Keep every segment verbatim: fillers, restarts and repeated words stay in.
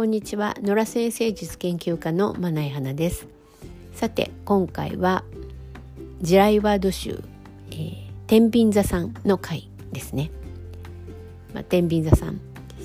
こんにちは。野良先生術研究家のまないはなです。さて今回は地雷ワード集、えー、天秤座さんの回ですね。まあ、天秤座さん、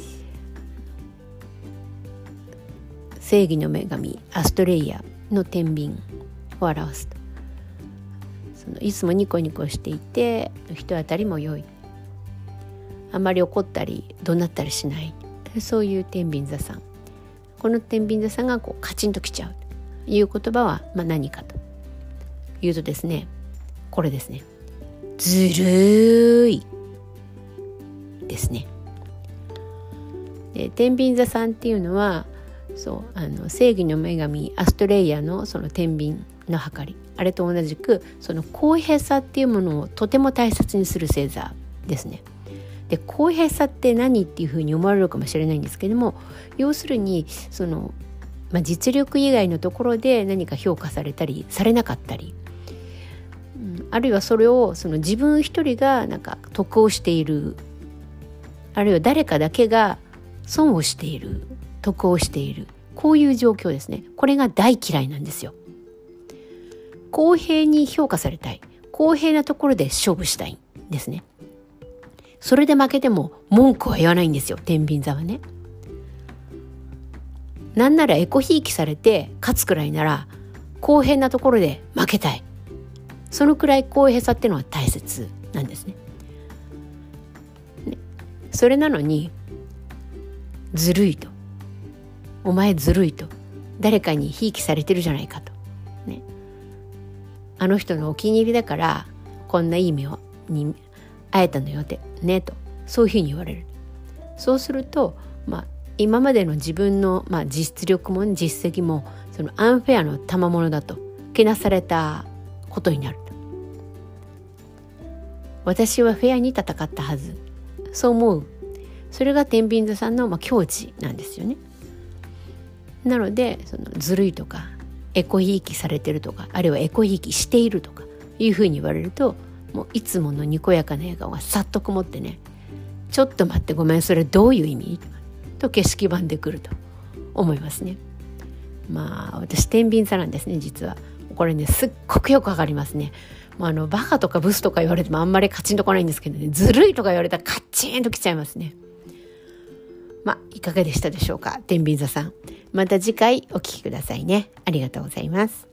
正義の女神アストレイヤの天秤を表すと、そのいつもニコニコしていて人当たりも良い、あまり怒ったり怒鳴ったりしない、そういう天秤座さん。この天秤座さんがこうカチンときちゃうという言葉は、まあ、何かというとですね、これですね、ずるいですね。で天秤座さんっていうのはそうあの正義の女神アストレイヤのその天秤の計り、あれと同じくその公平さっていうものをとても大切にする星座ですね。で公平さって何っていうふうに思われるかもしれないんですけども、要するにその、まあ、実力以外のところで何か評価されたりされなかったり、うん、あるいはそれをその自分一人がなんか得をしている、あるいは誰かだけが損をしている、得をしている、こういう状況ですね。これが大嫌いなんですよ。公平に評価されたい、公平なところで勝負したいんですね。それで負けても文句は言わないんですよ、天秤座はね。なんならエコひいきされて勝つくらいなら公平なところで負けたい、そのくらい公平さっていうのは大切なんですね。ね、それなのにずるいと、お前ずるいと、誰かにひいきされてるじゃないかと、ね、あの人のお気に入りだからこんないい目をに会えたのよってねと、そういうふうに言われる。そうすると、まあ、今までの自分の、まあ、実力も実績もそのアンフェアの賜物だとけなされたことになると。私はフェアに戦ったはず、そう思う。それが天秤座さんの、まあ、境地なんですよね。なのでそのずるいとかエコひいきされてるとか、あるいはエコひいきしているとかいうふうに言われると、もういつものにこやかな笑顔がさっと曇ってね、ちょっと待ってごめんそれどういう意味と景色版でくると思いますね。まあ私天秤座なんですね、実は。これねすっごくよくわかりますね。もうあのバカとかブスとか言われてもあんまりカチンとこないんですけどね、ずるいとか言われたらカッチンときちゃいますね。まあいかがでしたでしょうか、天秤座さん。また次回お聞きくださいね。ありがとうございます。